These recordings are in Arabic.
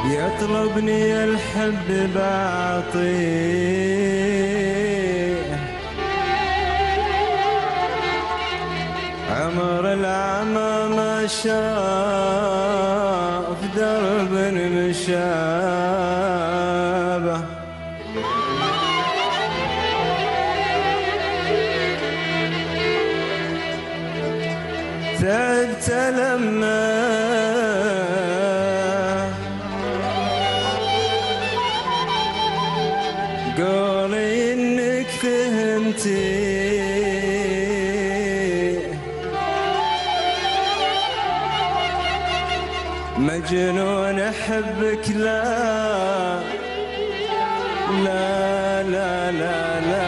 يطلبني الحب بعطيه، عمر العمى ما شاف درب مشابه، تعبت لما قولي انك فهمتي، مجنون احبك لا لا لا لا لا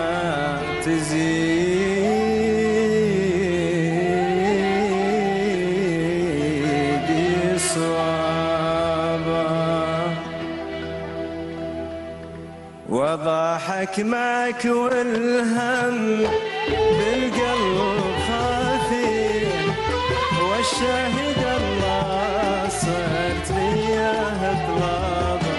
تزيدي صوابا، وضحك معك والهم بالقلب خافي، والشاهد الله صرت لياه طلابه،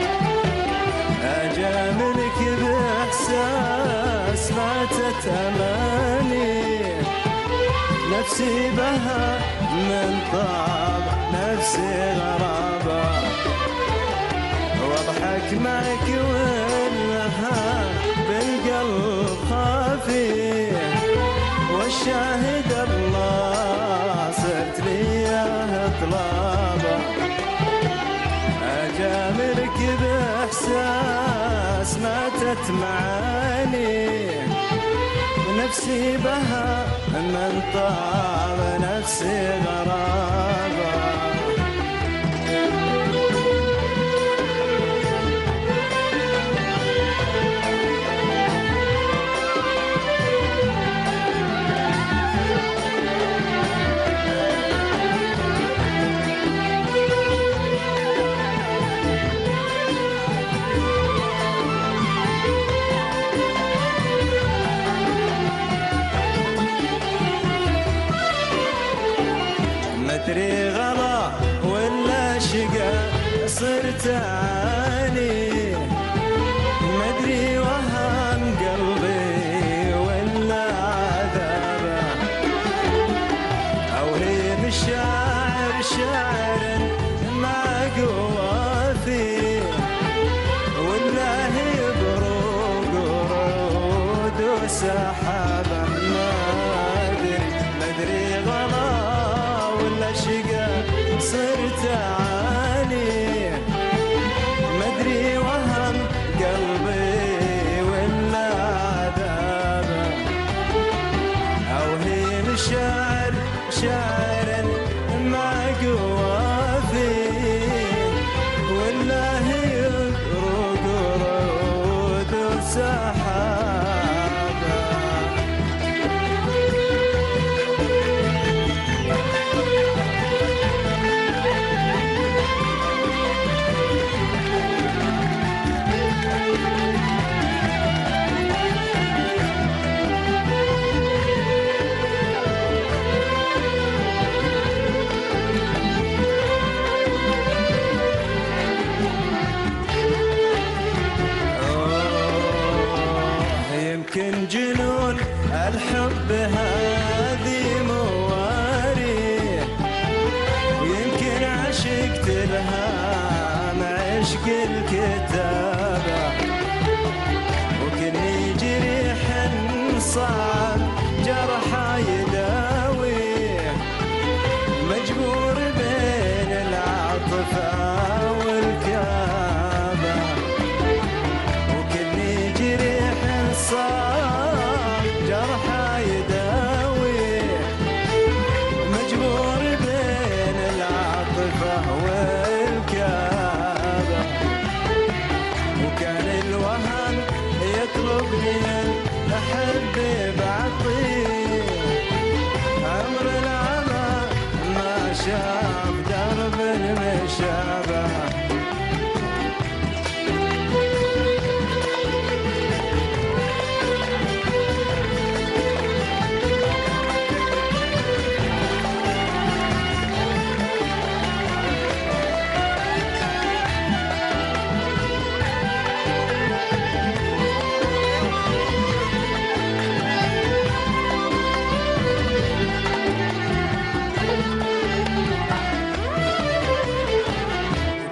أجاملك بإحساس ماتت أماني، نفسي بها من طاب نفسي غرابة، واضحك معك والهم بالقلب خافي، والشاهد الله صرت لياه طلابه، أجاملك بإحساس ماتت معاني، نفسي بها من طاب نفسي غرابة. مدري غلا ولا شقا صرت أعاني، مدري وهم قلبي ولا عذابه، أو هي مشاعر شاعر ما قوى فيه، ولا هي بروق ورود وسحابه، ما أدري غلا شقا صرت أعاني، مدري وهم قلبي ولا عذابه، أو هي مشاعر شاعر ما قوى فيه، ولا هي روق ورود وسحابه. يمكن جنون الحب هذه مواري، ويمكن عشقت لها مع عشق الكتابة، وكني جريح صعب جرحى يداوي، مجبور بين العاطفة والكابة، وكني جريح صعب جرحى يداوي، مجبور بين العاطفة والكابة، وكان الوهن يطلبني الأحب بعطيه، عمر العمى ما شاف درب مشى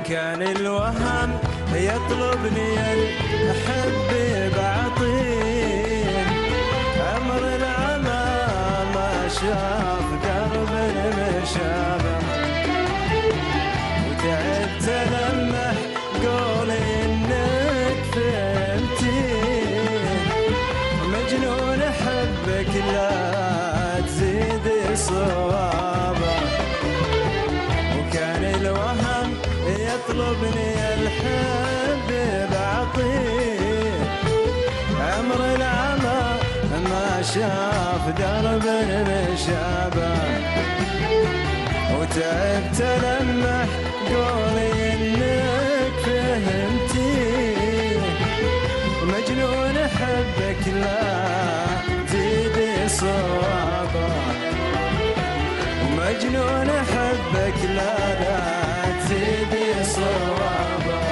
وكان الوهم يطلبني الحب بعطيه، عمر العمى ما شاف درب مشابه، وتعبت لمح قولي انك فهمتيه، مجنون احبك لا تزيد صوابه، وكان الوهم يطلبني الحب بعطيه، عمر العمى ما شاف درب مشابه، وتعبت لمح قولي انك فهمتيه، مجنون احبك لا تزيد صوابه، مجنون احبك لا تزيد صوابه،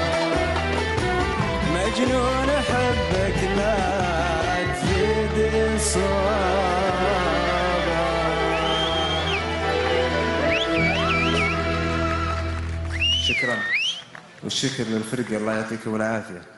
مجنون احبك لا تزيد صوابه. شكرا، والشكر للفرقة، الله يعطيكم العافية.